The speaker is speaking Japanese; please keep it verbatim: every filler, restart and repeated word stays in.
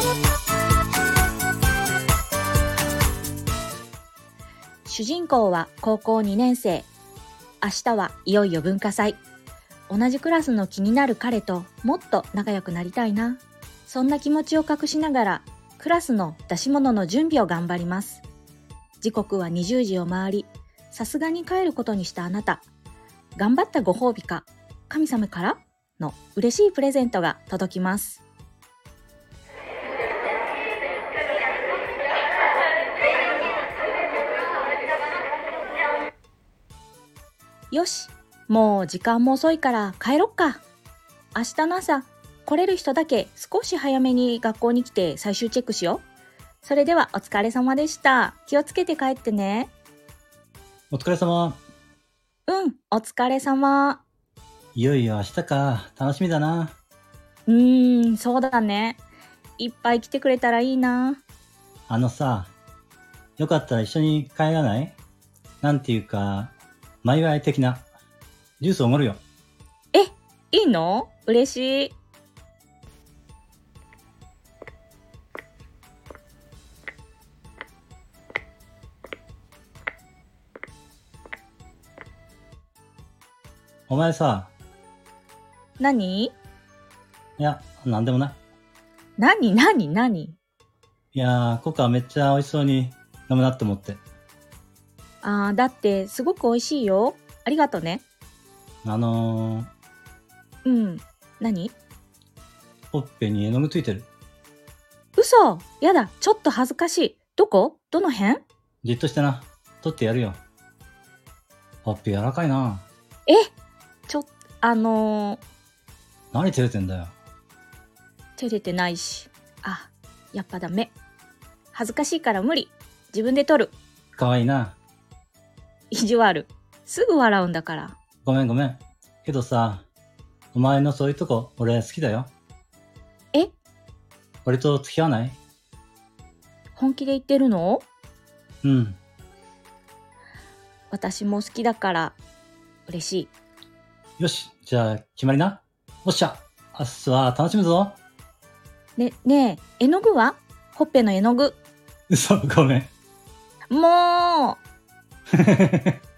主人公は高校にねん生。明日はいよいよ文化祭。同じクラスの気になる彼ともっと仲良くなりたいな。そんな気持ちを隠しながらクラスの出し物の準備を頑張ります。時刻はにじゅうじを回り、さすがに帰ることにしたあなた。頑張ったご褒美か、神様からの嬉しいプレゼントが届きます。よし、もう時間も遅いから帰ろっか。明日の朝、来れる人だけ少し早めに学校に来て最終チェックしよう。それではお疲れ様でした。気をつけて帰ってね。 お疲れ様。 うん、お疲れ様。 いよいよ明日か。楽しみだな。 うーん、そうだね。いっぱい来てくれたらいいな。 あのさ、よかったら一緒に帰らない？なんていうか、前祝い的な。ジュースおごるよ。 え、いいの？嬉しい。 お前さ。 何？ いや、なんでもない。 何何何？ いやー、コカめっちゃ美味しそうに飲むなって思って。 あー、だってすごく美味しいよ。ありがとね。 あのー、 うん、何？ ほっぺに絵の具ついてる。 嘘！やだ、ちょっと恥ずかしい。どこ？どの辺？ じっとしてな。取ってやるよ。ほっぺ柔らかいな。 え？ちょっ、あのー、 何照れてんだよ。 照れてないし。あ、やっぱダメ。恥ずかしいから無理。自分で取る。 かわいいな。 意地悪。すぐ笑うんだから。 ごめんごめん。けどさ、お前のそういうとこ俺好きだよ。 え？ 俺と付き合わない？ 本気で言ってるの？ うん。 私も好きだから嬉しい。 よし、じゃあ決まりな。おっしゃ、明日は楽しむぞ。 ね、ねえ、絵の具は？ほっぺの絵の具。 嘘、ごめん。 もう